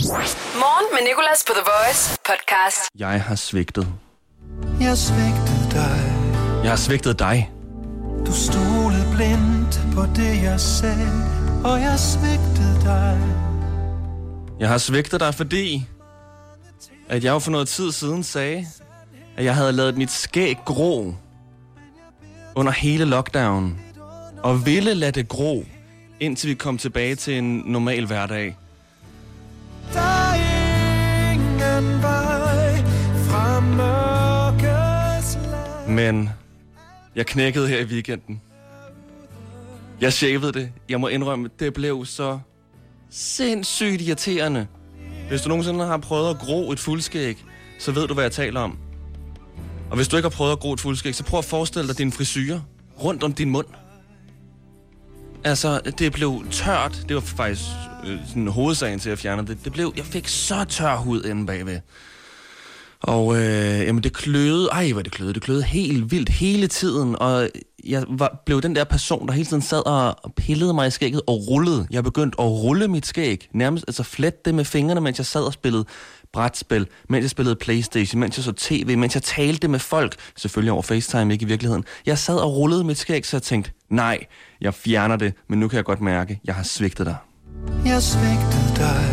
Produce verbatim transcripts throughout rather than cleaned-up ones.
Morgen med Nicolas på The Voice podcast. Jeg har svigtet. Jeg svigtede dig. Jeg har svigtet dig. Du stolede blindt på det, jeg sagde, og jeg svigtede dig. Jeg har svigtet dig, fordi at jeg jo for noget tid siden sagde, at jeg havde lavet mit skæg gro under hele lockdown, og ville lade det gro, indtil vi kom tilbage til en normal hverdag. Der er ingen vej fra mørkets land. Men jeg knækkede her i weekenden. Jeg shavede det. Jeg må indrømme, det blev så sindssygt irriterende. Hvis du nogensinde har prøvet at gro et fuldskæg, så ved du, hvad jeg taler om. Og hvis du ikke har prøvet at gro et fuldskæg, så prøv at forestille dig din frisyre rundt om din mund. Altså, det blev tørt. Det var faktisk øh, sådan hovedsagen til at fjerne det. Det blev, jeg fik så tør hud inde bagved. Og øh, jamen det kløede, ej hvor det kløede, det kløede helt vildt hele tiden, og jeg var, blev den der person, der hele tiden sad og pillede mig i skægget og rullede. Jeg begyndte at rulle mit skæg, nærmest altså flette det med fingrene, mens jeg sad og spillede brætspil, mens jeg spillede PlayStation, mens jeg så tv, mens jeg talte med folk, selvfølgelig over FaceTime, ikke i virkeligheden. Jeg sad og rullede mit skæg, så jeg tænkte, nej, jeg fjerner det, men nu kan jeg godt mærke, at jeg har svigtet dig. Jeg svigtede dig.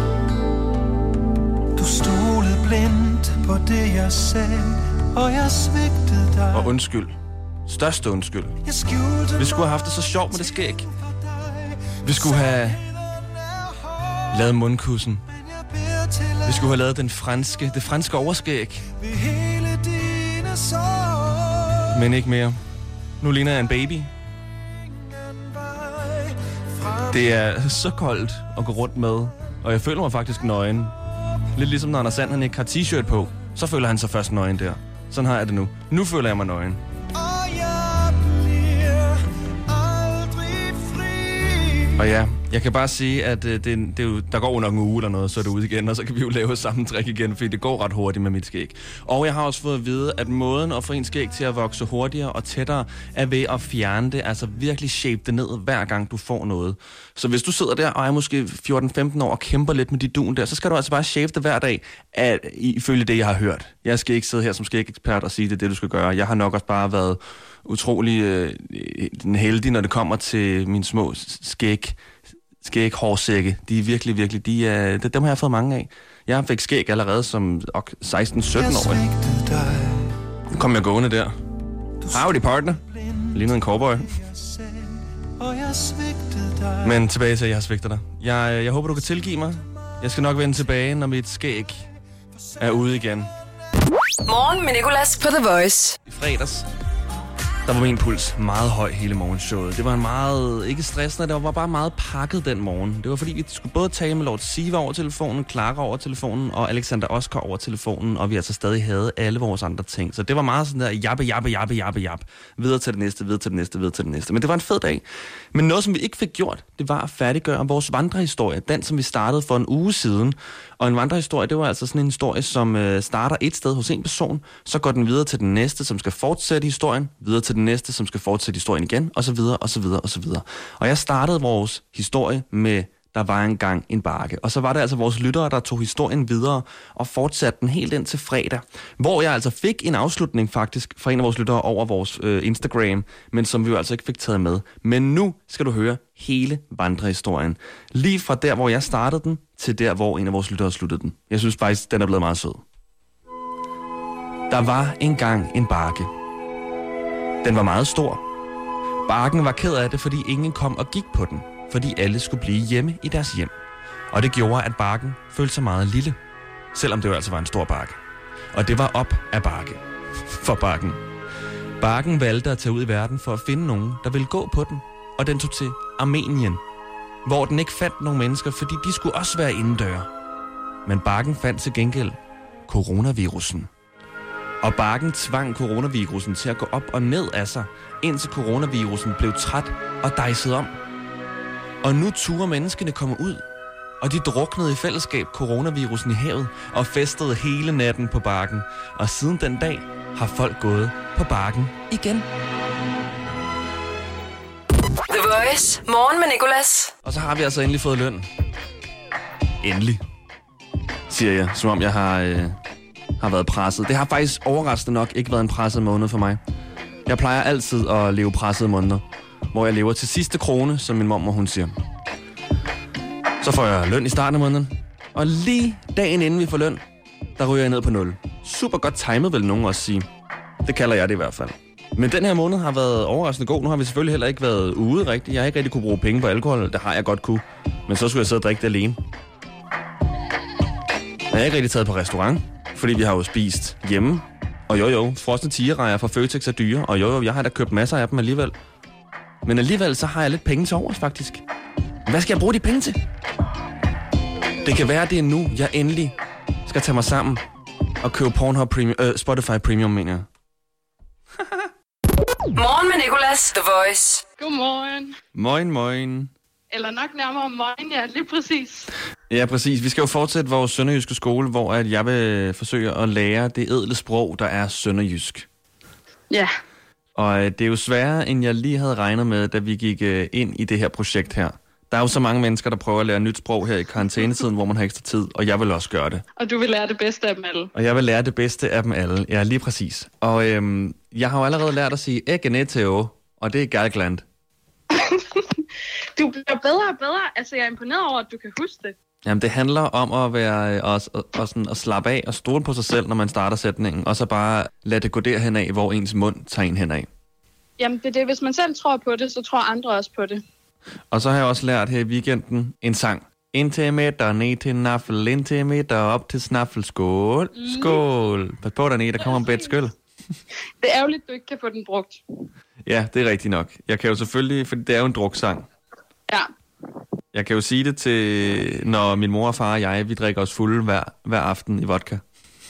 Du stolede blindt på det, jeg sagde, og jeg svigtede dig. Og undskyld. Største undskyld. Jeg skjulte Vi skulle have haft det så sjovt med det skæg. Vi skulle have lavet mundkussen. Vi skulle have lavet den franske, det franske overskæg. ved hele dine sorg. Men ikke mere. Nu ligner jeg en baby. Det er så koldt at gå rundt med, og jeg føler mig faktisk nøgen. Lidt ligesom når Anders Sand, han ikke har t-shirt på, så føler han sig først nøgen der. Sådan har jeg det nu. Nu føler jeg mig nøgen. Og jeg bliver aldrig fri. Og ja, jeg kan bare sige, at øh, det, det er jo, der går jo nok en uge eller noget, så er det ude igen, og så kan vi jo lave samme trick igen, fordi det går ret hurtigt med mit skæg. Og jeg har også fået at vide, at måden at få en skæg til at vokse hurtigere og tættere, er ved at fjerne det, altså virkelig shape det ned, hver gang du får noget. Så hvis du sidder der og er måske fjorten femten år og kæmper lidt med de dun der, så skal du altså bare shave det hver dag, at, ifølge det, jeg har hørt. Jeg skal ikke sidde her som skægekspert og sige, det er det, du skal gøre. Jeg har nok også bare været utrolig øh, heldig, når det kommer til mine små skæg. Skæg-hårsække, de er virkelig, virkelig, de er, dem har jeg fået mange af. Jeg fik skæg allerede som seksten sytten år. Nu kom jeg gående der. Howdy, partner. Lignede en cowboy. Men tilbage til, at jeg har svigtet dig. Jeg, jeg håber, du kan tilgive mig. Jeg skal nok vende tilbage, når mit skæg er ude igen. Morgen med Nicolas på The Voice. I fredags, der var min puls meget høj hele morgenshowet. Det var en meget, ikke stressende, det var bare meget pakket den morgen. Det var fordi, vi skulle både tale med Lord Siva over telefonen, Clara over telefonen og Alexander Oscar over telefonen, og vi altså stadig havde alle vores andre ting. Så det var meget sådan der, jappe, jappe, jappe, jappe, jappe. Videre til det næste, videre til det næste, videre til det næste. Men det var en fed dag. Men noget, som vi ikke fik gjort, det var at færdiggøre vores vandrehistorie. Den, som vi startede for en uge siden. Og en vandrehistorie, det var altså sådan en historie, som øh, starter et sted hos en person, så går den videre til den næste, som skal fortsætte historien, videre til den næste, som skal fortsætte historien igen, og så videre, og så videre, og så videre. Og jeg startede vores historie med, der var engang en bakke. Og så var det altså vores lyttere, der tog historien videre og fortsatte den helt ind til fredag, hvor jeg altså fik en afslutning faktisk fra en af vores lyttere over vores øh, Instagram, men som vi jo altså ikke fik taget med. Men nu skal du høre hele vandrehistorien. Lige fra der, hvor jeg startede den, til der, hvor en af vores lyttere sluttede den. Jeg synes faktisk, den er blevet meget sød. Der var engang en bakke. Den var meget stor. Bakken var ked af det, fordi ingen kom og gik på den, fordi alle skulle blive hjemme i deres hjem. Og det gjorde, at bakken følte sig meget lille, selvom det jo altså var en stor bakke. Og det var op ad bakke for bakken. Bakken valgte at tage ud i verden for at finde nogen, der ville gå på den, og den tog til Armenien, hvor den ikke fandt nogen mennesker, fordi de skulle også være indendøre. Men bakken fandt til gengæld coronavirussen. Og bakken tvang coronavirussen til at gå op og ned af sig, indtil coronavirussen blev træt og dejset om. Og nu turde menneskene komme ud, og de druknede i fællesskab coronavirussen i havet og festede hele natten på bakken. Og siden den dag har folk gået på bakken igen. The Voice. Morgen med Nicolas. Og så har vi altså endelig fået løn. Endelig. siger jeg, som om jeg har, øh, har været presset. Det har faktisk overraskende nok ikke været en presset måned for mig. Jeg plejer altid at leve pressede måneder, hvor jeg lever til sidste krone, som min mor hun siger. Så får jeg løn i starten af måneden, og lige dagen inden vi får løn, der ryger jeg ned på nul. Super godt timet, vil nogen også sige. Det kalder jeg det i hvert fald. Men den her måned har været overraskende god. Nu har vi selvfølgelig heller ikke været ude rigtigt. Jeg har ikke rigtig kunne bruge penge på alkohol. Det har jeg godt kunne. Men så skulle jeg sidde og drikke det alene. Jeg har ikke rigtig taget på restaurant, fordi vi har jo spist hjemme. Og jo jo, frosne tigerrejer fra Føtex er dyre. Og jo jo, jeg har da købt masser af dem alligevel. Men alligevel så har jeg lidt penge til overs faktisk. Hvad skal jeg bruge de penge til? Det kan være, det er nu, jeg endelig skal tage mig sammen og købe Pornhub Premium, øh, Spotify Premium, mener jeg. Morgen med Nicolas, The Voice. Godmorgen. Moin, moin. Eller nok nærmere morgen, ja, lige præcis. Ja, præcis. Vi skal jo fortsætte vores sønderjyske skole, hvor at jeg vil forsøge at lære det ædle sprog, der er sønderjysk. Ja. Og det er jo sværere, end jeg lige havde regnet med, da vi gik ind i det her projekt her. Der er jo så mange mennesker, der prøver at lære nyt sprog her i karantænetiden, hvor man har ekstra tid, og jeg vil også gøre det. Og du vil lære det bedste af dem alle. Og jeg vil lære det bedste af dem alle. Ja, lige præcis. Og øhm, jeg har jo allerede lært at sige Egeneteo, og det er Galgland. Du bliver bedre og bedre. Altså, jeg er imponeret over, at du kan huske det. Jamen, det handler om at være og, og, og sådan, at slappe af og stole på sig selv, når man starter sætningen, og så bare lade det gå derhen af, hvor ens mund tager en hen af. Jamen, det er det. Hvis man selv tror på det, så tror andre også på det. Og så har jeg også lært her i weekenden en sang. Ind til midter, ned til naffel, ind til midter, op til snaffel, skål, skål. Pas på dernede, der kommer en bedt skøl. Det er ærgerligt, du ikke kan få den brugt. Ja, det er rigtigt nok. Jeg kan jo selvfølgelig, for det er jo en druksang. Ja. Jeg kan jo sige det til, når min mor og far og jeg, vi drikker os fulde hver, hver aften i vodka.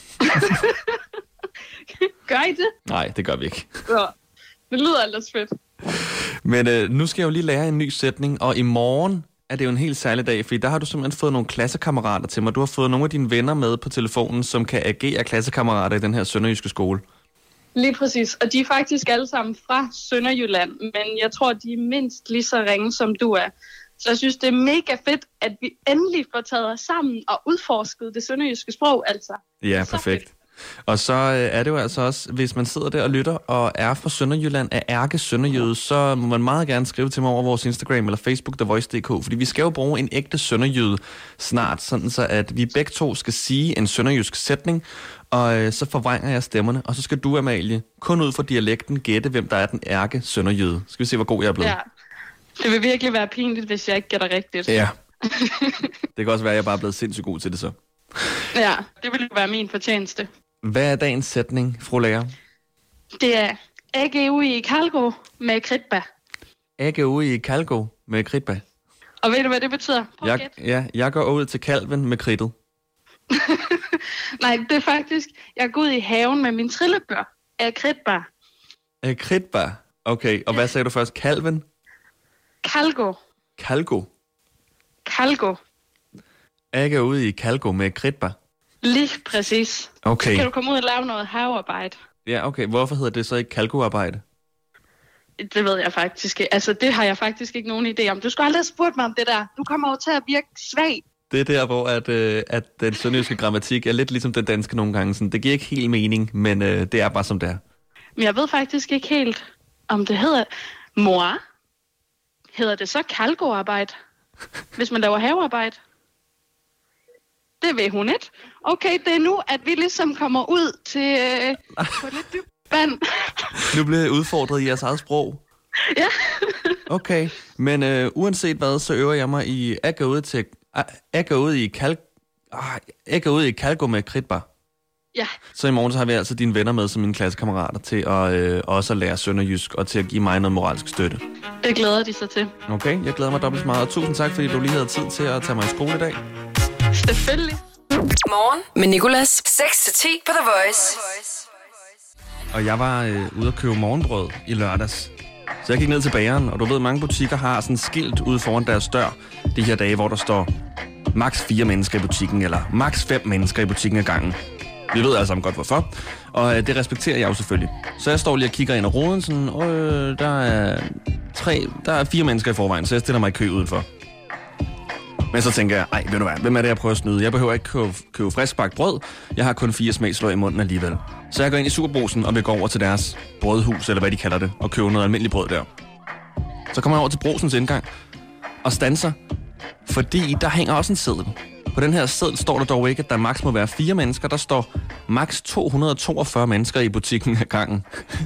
Gør I det? Nej, det gør vi ikke. Ja. Det lyder ellers fedt. Men øh, nu skal jeg jo lige lære en ny sætning, og i morgen er det jo en helt særlig dag, fordi der har du simpelthen fået nogle klassekammerater til mig. Du har fået nogle af dine venner med på telefonen, som kan agere klassekammerater i den her sønderjyske skole. Lige præcis, og de er faktisk alle sammen fra Sønderjylland, men jeg tror, de er mindst lige så ringe, som du er. Så jeg synes, det er mega fedt, at vi endelig får taget os sammen og udforsket det sønderjyske sprog, altså. Ja, så perfekt. Fedt. Og så øh, er det jo altså også, hvis man sidder der og lytter og er fra Sønderjylland, er ærke sønderjyde, så må man meget gerne skrive til mig over vores Instagram eller Facebook, The Voice punktum d k, fordi vi skal jo bruge en ægte sønderjyde snart, sådan så at vi begge to skal sige en sønderjysk sætning, og øh, så forvrænger jeg stemmerne, og så skal du, Amalie, kun ud fra dialekten gætte, hvem der er den ærke sønderjyde. Skal vi se, hvor god jeg er blevet? Ja, det vil virkelig være pinligt, hvis jeg ikke gætter rigtigt. Ja. Det kan også være, at jeg bare er blevet sindssygt god til det så. Ja, det vil være min fortjeneste. Hvad er dagens sætning, fru lærer? Det er ægge ude i Kalgo med kridtbær. Ægge ude i Kalgo med kridtbær. Og ved du, hvad det betyder? Jeg, ja, jeg går ud til kalven med kridtet. Nej, det er faktisk, jeg går ud i haven med min trillebør af kridtbær. Af kridtbær? Okay, og hvad sagde du først? Kalven? Kalgo. Kalgo? Kalgo. Ægge ude i Kalgo med kridtbær? Lige præcis. Okay. Kan du komme ud og lave noget havearbejde? Ja, okay. Hvorfor hedder det så ikke Kalgo-arbejde? Det ved jeg faktisk ikke. Altså, det har jeg faktisk ikke nogen idé om. Du skulle aldrig have spurgt mig om det der. Du kommer jo til at virke svag. Det er der, hvor at, øh, at den sønderjyske grammatik er lidt ligesom den danske nogle gange. Sådan, det giver ikke helt mening, men øh, det er bare som det er. Men jeg ved faktisk ikke helt, om det hedder... Mor? Hedder det så Kalgo-arbejde? Hvis man laver havearbejde? Det ved hun ikke. Okay, det er nu, at vi ligesom kommer ud til øh, på lidt dybt vand. Nu bliver jeg udfordret i jeres eget sprog. Ja. Okay, men øh, uanset hvad, så øver jeg mig i at gå ud til at gå ud i kalk at gå ud i Kalgo med kridtbær. Ja. Så i morgen så har vi altså dine venner med som mine klassekammerater til at øh, også at lære sønderjysk og til at give mig noget moralsk støtte. Det glæder de sig til. Okay, jeg glæder mig dobbelt så meget, og tusind tak, fordi du lige havde tid til at tage mig i skole i dag. Selvfølgelig. Morgen med Nicolas. seks til ti på The Voice. Og jeg var øh, ude at købe morgenbrød i lørdags. Så jeg gik ned til bageren, og du ved, mange butikker har sådan et skilt ude foran deres dør de her dage, hvor der står maks fire mennesker i butikken, eller maks fem mennesker i butikken ad gangen. Vi ved alle sammen godt, hvorfor. Og øh, det respekterer jeg jo selvfølgelig. Så jeg står lige og kigger ind ad ruden, sådan, øh, der er tre, der er fire mennesker i forvejen, så jeg stiller mig i kø udenfor. Men så tænker jeg, ej, ved du hvad, hvem er det, jeg prøver at snyde? Jeg behøver ikke købe, købe friskbagt brød. Jeg har kun fire smagsløg i munden alligevel. Så jeg går ind i Superbrugsen, og vi går over til deres brødhus, eller hvad de kalder det, og køber noget almindeligt brød der. Så kommer jeg over til Brugsens indgang og standser, fordi der hænger også en seddel. På den her seddel står der dog ikke, at der maks må være fire mennesker. Der står maks to hundrede og toogfyrre mennesker i butikken af gangen.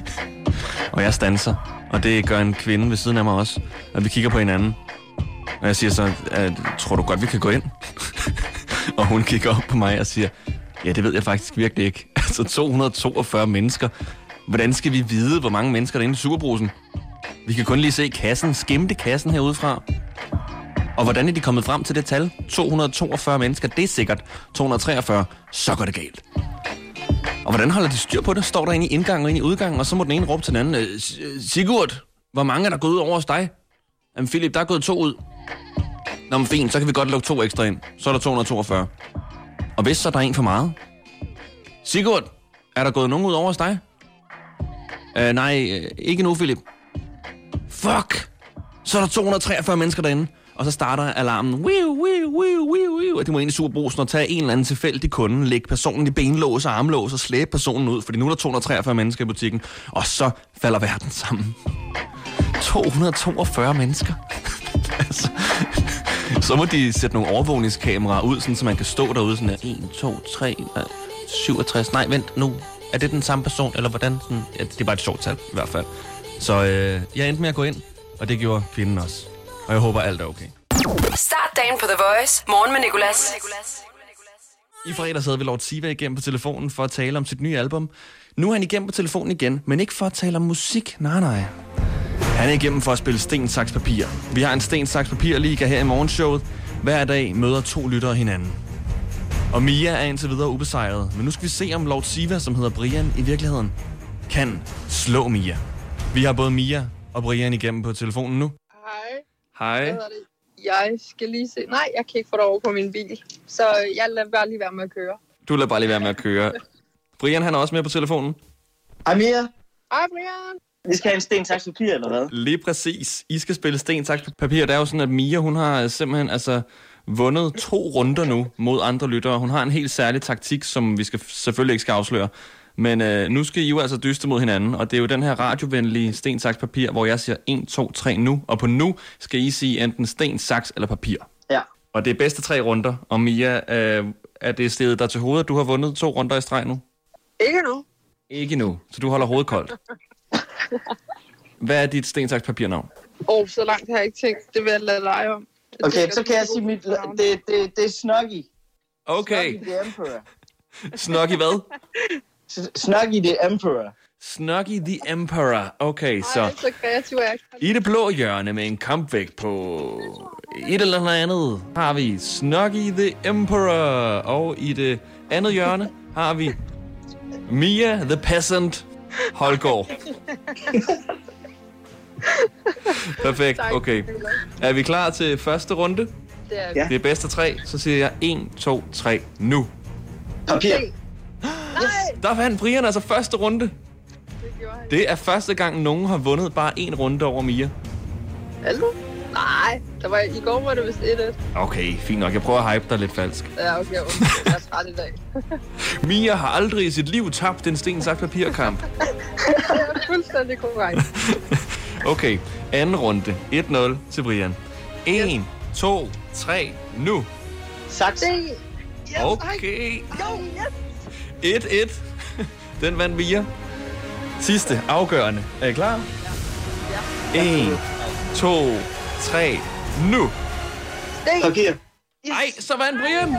Og jeg standser, og det gør en kvinde ved siden af mig også. Og vi kigger på hinanden. Og jeg siger så, tror du godt, vi kan gå ind? Og hun kigger op på mig og siger, ja, det ved jeg faktisk virkelig ikke. Altså to hundrede og toogfyrre mennesker. Hvordan skal vi vide, hvor mange mennesker der er inde i Superbrugsen? Vi kan kun lige se kassen, skimte kassen herudefra. Og hvordan er de kommet frem til det tal? to hundrede og toogfyrre mennesker, det er sikkert. to hundrede og treogfyrre, så går det galt. Og hvordan holder de styr på det? Står der inde i indgangen og inde i udgangen, og så må den ene råbe til den anden, Sigurd, hvor mange er der gået ud over hos dig? Jamen Philip, der er gået to ud. Nå, men fint, så kan vi godt lukke to ekstra ind. Så er der to hundrede og toogfyrre. Og hvis så er der en for meget? Sigurd, er der gået nogen ud over hos dig? Uh, nej, ikke nu, Philip. Fuck! Så er der to hundrede og treogfyrre mennesker derinde. Og så starter alarmen. Wiu, wiu, wiu, wiu, wiu. Og de må ind i Superbrugsen og tage en eller anden tilfældig kunde, lægge personen i benlås og armlås og slæbe personen ud, fordi nu er der to hundrede og treogfyrre mennesker i butikken. Og så falder verden sammen. to hundrede og toogfyrre mennesker. Altså, så må de sætte nogle overvågningskameraer ud, sådan, så man kan stå derude sådan her. en, to, tre, syvogtres. Nej, vent nu. Er det den samme person, eller hvordan? Sådan, ja, det er bare et sjovt tal, i hvert fald. Så øh, jeg endte med at gå ind, og det gjorde kvinden også. Og jeg håber, alt er okay. Start dagen på The Voice. Morgen med Nicolas. I fredags havde vi Lord Siva igennem på telefonen for at tale om sit nye album. Nu er han igennem på telefonen igen, men ikke for at tale om musik. Nej, nej. Han er igennem for at spille sten, saks, papir. Vi har en sten, saks, papir liga her i morgenshowet. Hver dag møder to lyttere hinanden. Og Mia er indtil videre ubesejret. Men nu skal vi se, om Lord Siva, som hedder Brian, i virkeligheden kan slå Mia. Vi har både Mia og Brian igennem på telefonen nu. Hej. Hej. Hvad hedder det? Jeg skal lige se... Nej, jeg kan ikke få det over på min bil. Så jeg lader bare lige være med at køre. Du lader bare lige være med at køre. Brian, han er også med på telefonen. Hej Mia. Hej Brian. Vi skal have en sten, saks, papir, eller hvad? Lige præcis. I skal spille sten, saks, papir. Det er jo sådan, at Mia, hun har simpelthen altså vundet to runder nu mod andre lyttere. Hun har en helt særlig taktik, som vi skal, selvfølgelig ikke skal afsløre. Men øh, nu skal I jo altså dyste mod hinanden, og det er jo den her radiovenlige sten, saks, papir, hvor jeg siger en, to, tre nu. Og på nu skal I sige enten sten, saks eller papir. Ja. Og det er bedste tre runder. Og Mia, øh, er det stedet der til hovedet, du har vundet to runder i streg nu? Ikke nu. Ikke nu, så du holder hovedet koldt. Hvad er dit sten, saks, papir navn? Åh, oh, så langt har jeg ikke tænkt. Det vil jeg lade dig om. Jeg Okay, tænker, så kan jeg sige mit... Det, det, det er Snuggy. Okay. Snuggy the Emperor. Snuggy hvad? Snuggy the Emperor. Snuggy the Emperor. Okay, så... Ej, så kreativ er jeg. I det blå hjørne med en kampvægt på et eller andet har vi Snuggy the Emperor. Og i det andet hjørne har vi Mia the Peasant Holgaard. Perfekt, okay. Er vi klar til første runde? Det er Ja. Det er bedst af tre, så siger jeg en, to, tre, nu. Papir. Der vandt Brian altså første runde. det gjorde han. Det er første gang, nogen har vundet bare en runde over Mia. Aldo? Nej, der var, i går var det vist et et. Okay, fint nok. Jeg prøver at hype dig lidt falsk. Ja, okay, okay. Jeg er træt i dag. Mia har aldrig i sit liv tabt en sten, saks, papir-kamp. Det er fuldstændig korrekt. Okay, anden runde. et nul til Brian. en, to, tre, nu. Saks. Okay. et et. Den vandt Mia. Sidste, afgørende. Er I klar? Ja. en, to, tre, nu. Papir. Ej, så vandt Brian.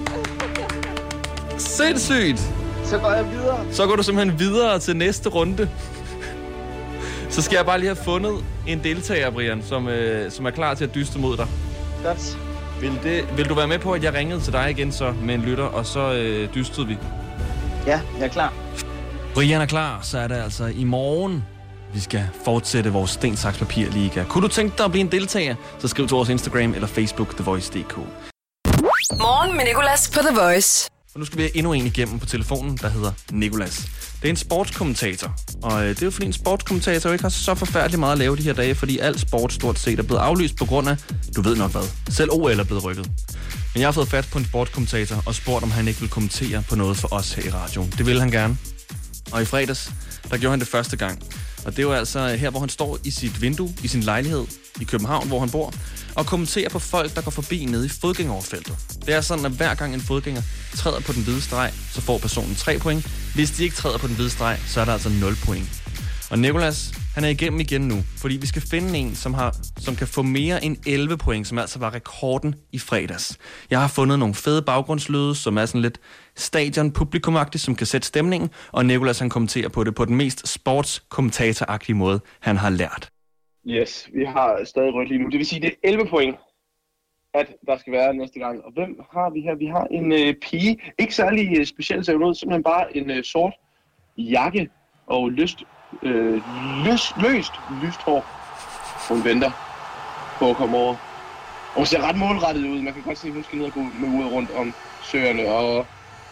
Sindssygt. Så går jeg videre. Så går du simpelthen videre til næste runde. Så skal jeg bare lige have fundet en deltager, Brian, som, øh, som er klar til at dyste mod dig. Godt. Vil, det, vil du være med på, at jeg ringede til dig igen så med en lytter, og så øh, dystede vi? Ja, jeg er klar. Brian er klar, så er det altså i morgen, vi skal fortsætte vores sten, saks, papir liga. Kunne du tænke dig at blive en deltager, så skriv til vores Instagram eller Facebook, The Voice punktum d k. Morgen med Nicolas på The Voice. Og nu skal vi have endnu en igennem på telefonen, der hedder Nicolas. Det er en sportskommentator, og det er jo fordi en sportskommentator jo ikke har så forfærdeligt meget at lave de her dage, fordi al sport stort set er blevet aflyst på grund af, du ved nok hvad, selv O L er blevet rykket. Men jeg har fået fat på en sportskommentator og spurgt, om han ikke vil kommentere på noget for os her i radioen. Det ville han gerne. Og i fredags, der gjorde han det første gang. Og det er jo altså her, hvor han står i sit vindue, i sin lejlighed i København, hvor han bor, og kommenterer på folk, der går forbi nede i fodgængeroverfeltet. Det er sådan, at hver gang en fodgænger træder på den hvide streg, så får personen tre point. Hvis de ikke træder på den hvide streg, så er der altså nul point. Og Nicolas, han er igennem igen nu, fordi vi skal finde en, som, har, som kan få mere end elleve point, som altså var rekorden i fredags. Jeg har fundet nogle fede baggrundslyde, som er sådan lidt stadion-publikumagtigt, som kan sætte stemningen, og Nicolas han kommenterer på det på den mest sportskommentatoragtige måde, han har lært. Yes, vi har stadig rødt lige nu. Det vil sige, det er elleve point, at der skal være næste gang. Og hvem har vi her? Vi har en øh, pige, ikke særlig øh, specielt ser ud, simpelthen bare en øh, sort jakke og lyst, øh, løs, løst lyst hår. Hun venter på at komme over. Og hun ser ret målrettet ud. Man kan godt se, at hun skal ned og gå med ude rundt om søerne. Og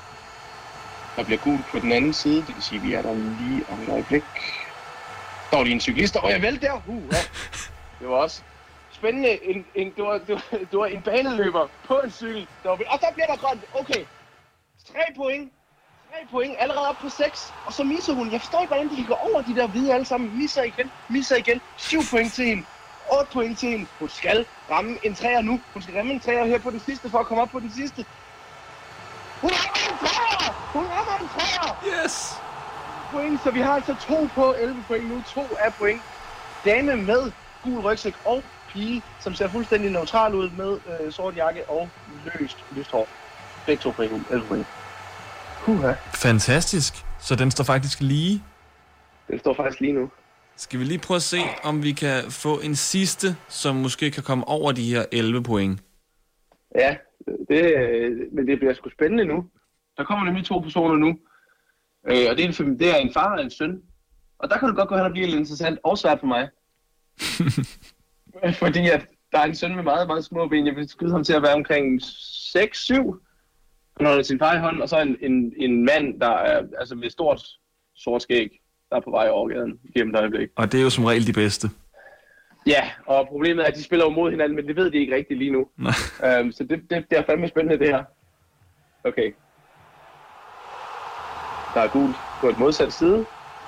der bliver gult på den anden side. Det vil sige, at vi er der lige om et øjeblik. Der var lige en cyklist, og jeg vælte der. Uh, ja. Det var også spændende. En, en, det, var, det, var, det var en baneløber på en cykel. Der var, og så bliver der grønt. Okay. Tre point. Tre point. Allerede op på seks. Og så misser hun. Jeg forstår ikke, hvordan de kan gå over de der hvide alle sammen. Misser igen. Misser igen. Syv point til hende. Otte point til hende. Hun skal ramme en træer nu. Hun skal ramme en træer her på den sidste, for at komme op på den sidste. Hun rammer en træer! Hun rammer en træer! Yes! Point, så vi har altså to på elleve point nu. To af point. Dame med gul rygsæk og pige, som ser fuldstændig neutral ud med øh, sort jakke og løst lyst hår. Begge to point. elleve point. Huha. Fantastisk. Så den står faktisk lige. Den står faktisk lige nu. Skal vi lige prøve at se, om vi kan få en sidste, som måske kan komme over de her elleve point? Ja, det, men det bliver sgu spændende nu. Der kommer nemlig to personer nu. Øh, og det er, en, det er en far og en søn. Og der kan det godt gå hen og blive lidt interessant og svært for mig. Fordi at der er en søn med meget, meget små ben. Jeg vil skyde ham til at være omkring seks syv. Han holder sin far i hånden. Og så en, en, en mand, der er altså med stort sort skæg, der er på vej over gaden gennem et øjeblik. Og det er jo som regel de bedste. Ja, og problemet er, at de spiller jo mod hinanden, men det ved de ikke rigtigt lige nu. um, så det, det, det er fandme spændende, det her. Okay. Der er gult på et modsat side.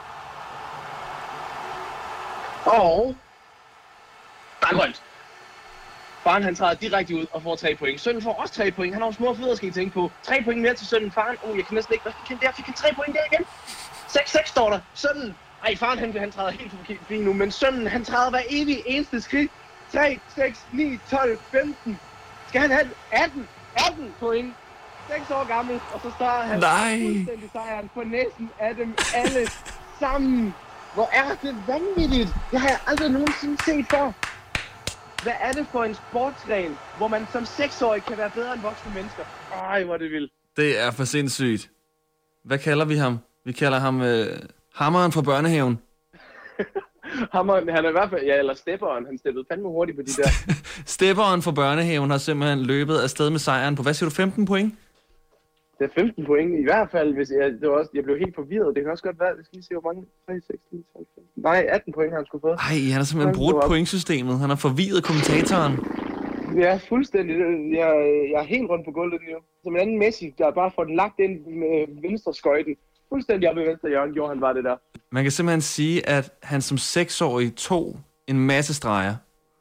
Og der er grønt. Faren han træder direkte ud og får tre point. Sønnen får også tre point. Han har jo små fødder, skal I tænke på. Tre point mere til sønnen. Faren, oh, jeg kan næsten ikke, hvad fik han der? Fik han tre point der igen? seks seks står der. Sønnen, ej, faren han, han træder helt forkert nu, men sønnen han træder hver evig eneste skridt. tre, seks, ni, tolv, femten. Skal han have atten, atten point? seks år gammel, og så står han fuldstændig sejren på næsten af dem alle sammen. Hvor er det vanvittigt? Det har jeg aldrig nogensinde set før. Hvad er det for en sportsgren, hvor man som seksårig kan være bedre end voksne mennesker? Ej, hvor er det vildt. Det er for sindssygt. Hvad kalder vi ham? Vi kalder ham øh, hammeren fra børnehaven. Hammeren, han er i hvert fald, ja, eller stepperen. Han steppede fandme hurtigt på de der. Stepperen fra børnehaven har simpelthen løbet afsted med sejren på, hvad siger du, femten point? Det er femten point i hvert fald, hvis jeg, det var også, jeg blev helt forvirret. Det kan også godt være, jeg skal lige se, hvor mange, tre, seks, ni, tolv, femten. Nej, atten point har han skulle få. Ej, han har simpelthen brudt pointsystemet. Han har forvirret kommentatoren. Ja, fuldstændig. Jeg, jeg er helt rundt på gulvet nu. Som en anden Messi, der bare får den lagt ind med venstre skøjten. Fuldstændig op i venstre hjørne, gjorde han bare det der. Man kan simpelthen sige, at han som seksårig tog en masse streger.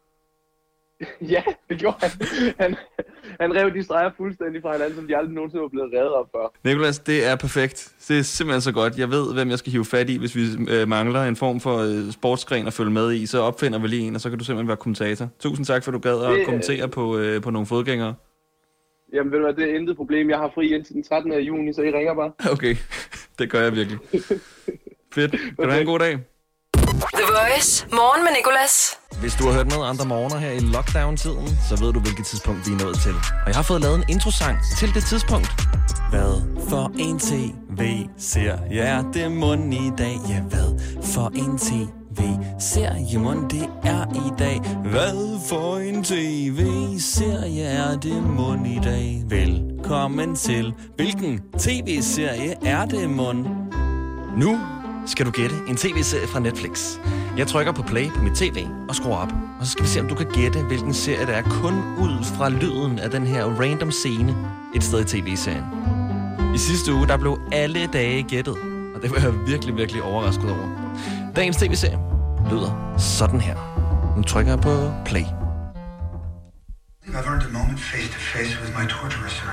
Ja, det gjorde han. han. Han rev de streger fuldstændig fra hinanden, som de aldrig nogensinde var blevet revet op for. Nicolas, det er perfekt. Det er simpelthen så godt. Jeg ved, hvem jeg skal hive fat i, hvis vi øh, mangler en form for øh, sportsgren at følge med i. Så opfinder vi lige en, og så kan du simpelthen være kommentator. Tusind tak, for at du gad at det, kommentere på, øh, på nogle fodgængere. Jamen ved du hvad, det er intet problem. Jeg har fri indtil den trettende juni, så I ringer bare. Okay, det gør jeg virkelig. Fedt. Kan du have en god dag? The Voice. Morgen med Nicolas. Hvis du har hørt med andre morgener her i lockdown-tiden, så ved du, hvilket tidspunkt vi er nået til. Og jeg har fået lavet en introsang til det tidspunkt. Hvad for en T V ser jeg det mund i dag? Ja, hvad for en T tv-serie, mon det er i dag? Hvad for en tv-serie er det mon i dag? Velkommen til. Hvilken tv-serie er det mon? Nu skal du gætte en tv-serie fra Netflix. Jeg trykker på play på mit tv og skruer op. Og så skal vi se, om du kan gætte, hvilken serie det er, kun ud fra lyden af den her random scene et sted i tv-serien. I sidste uge, der blev alle dage gættet. Og det var jeg virkelig, virkelig overrasket over. Dagens tv-serie lyder sådan her. Nu trykker jeg på play. I've earned a moment face to face with my torturer, sir.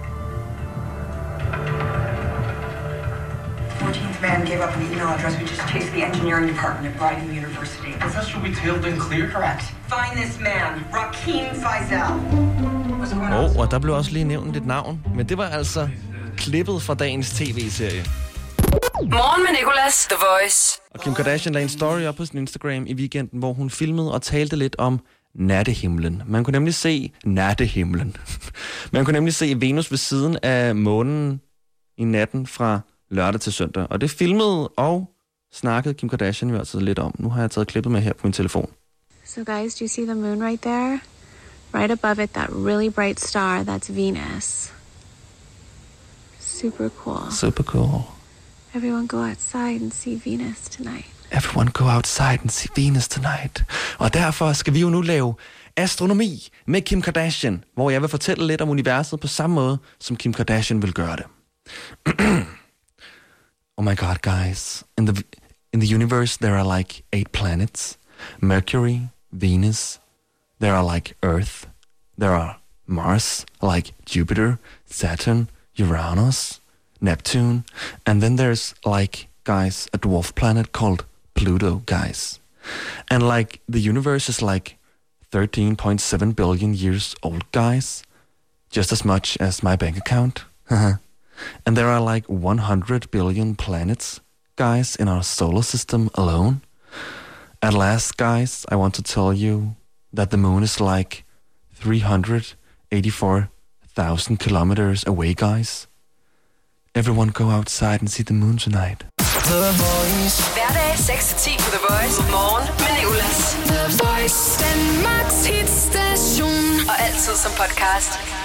fourteenth man gave up an email address. We just chased the engineering department at Brighton University. Professor, we tailed and cleared? Correct. Find this man, Rakeem Faisal. What's going on? Oh, og der blev også lige nævnt et navn. Men det var altså klippet fra dagens tv-serie. Morgen med Nicolas, The Voice. Og Kim Kardashian lagde en story op på sin Instagram i weekenden, hvor hun filmede og talte lidt om nattehimlen. Man kunne nemlig se nattehimlen. Man kunne nemlig se Venus ved siden af månen i natten fra lørdag til søndag. Og det filmede og snakkede Kim Kardashian jo altså lidt om. Nu har jeg taget klippet med her på min telefon. So guys, do you see the moon right there? Right above it, that really bright star, that's Venus. Super cool. Super cool. Everyone go outside and see Venus tonight. Everyone go outside and see Venus tonight. Og derfor skal vi jo nu lave astronomi med Kim Kardashian, hvor jeg vil fortælle lidt om universet på samme måde, som Kim Kardashian vil gøre det. Oh my god, guys. In the, in the universe, there are like eight planets. Mercury, Venus. There are like Earth. There are Mars, like Jupiter, Saturn, Uranus, Neptune. And then there's like, guys, a dwarf planet called Pluto, guys. And like, the universe is like thirteen point seven billion years old, guys. Just as much as my bank account. And there are like one hundred billion planets, guys, in our solar system alone. At last, guys, I want to tell you that the moon is like three hundred eighty-four thousand kilometers away, guys. Everyone go outside and see the moon tonight. The Voice. Hverdag seks til ti på The Voice. Morgen med Nicolas. The Voice. Danmarks hitstation. Og altid som podcast.